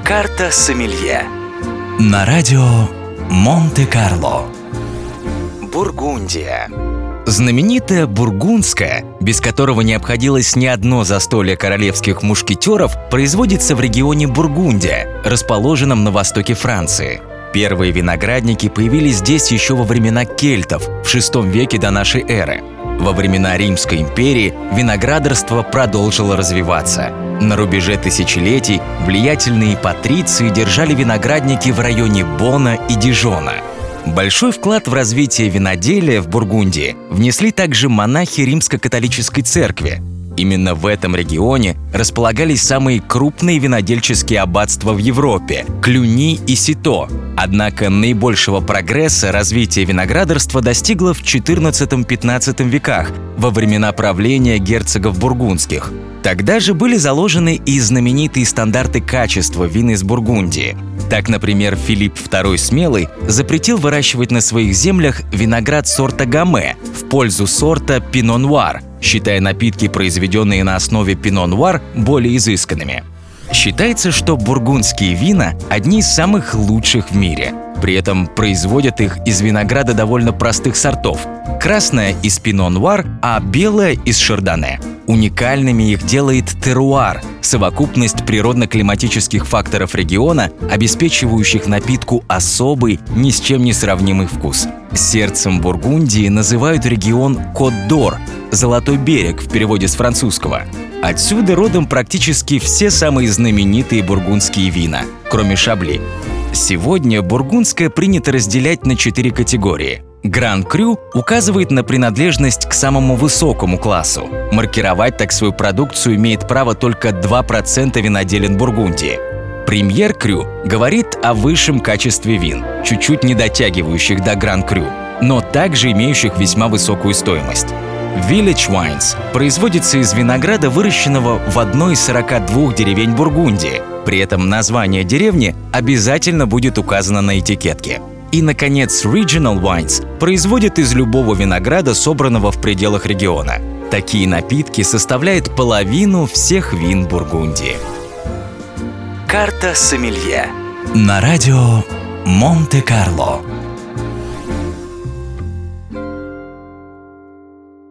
Карта сомелье. На радио Монте-Карло. Бургундия. Знаменитое бургундское, без которого не обходилось ни одно застолье королевских мушкетеров, производится в регионе Бургундия, расположенном на востоке Франции. Первые виноградники появились здесь еще во времена кельтов, в VI веке до нашей эры. Во времена Римской империи виноградарство продолжило развиваться. На рубеже тысячелетий влиятельные патриции держали виноградники в районе Бона и Дижона. Большой вклад в развитие виноделия в Бургундии внесли также монахи Римско-католической церкви. Именно в этом регионе располагались самые крупные винодельческие аббатства в Европе – Клюни и Сито. Однако наибольшего прогресса развитие виноградарства достигло в XIV-XV веках, во времена правления герцогов бургундских. Тогда же были заложены и знаменитые стандарты качества вин из Бургундии. Так, например, Филипп II Смелый запретил выращивать на своих землях виноград сорта Гаме в пользу сорта Пино-Нуар, считая напитки, произведенные на основе Пино-Нуар, более изысканными. Считается, что бургундские вина – одни из самых лучших в мире. При этом производят их из винограда довольно простых сортов. Красное – из Пино-Нуар, а белое – из Шардоне. Уникальными их делает теруар – совокупность природно-климатических факторов региона, обеспечивающих напитку особый, ни с чем не сравнимый вкус. Сердцем Бургундии называют регион Кот-д'Ор – «Золотой берег» в переводе с французского. Отсюда родом практически все самые знаменитые бургундские вина, кроме Шабли. Сегодня бургундское принято разделять на 4 категории. Гран-крю указывает на принадлежность к самому высокому классу. Маркировать так свою продукцию имеет право только 2% виноделин Бургундии. Премьер-крю говорит о высшем качестве вин, чуть-чуть не дотягивающих до Гран-крю, но также имеющих весьма высокую стоимость. Village Wines производится из винограда, выращенного в одной из 42 деревень Бургундии. При этом название деревни обязательно будет указано на этикетке. И, наконец, Regional Wines производят из любого винограда, собранного в пределах региона. Такие напитки составляют половину всех вин Бургундии. Карта сомелье. На радио Монте-Карло.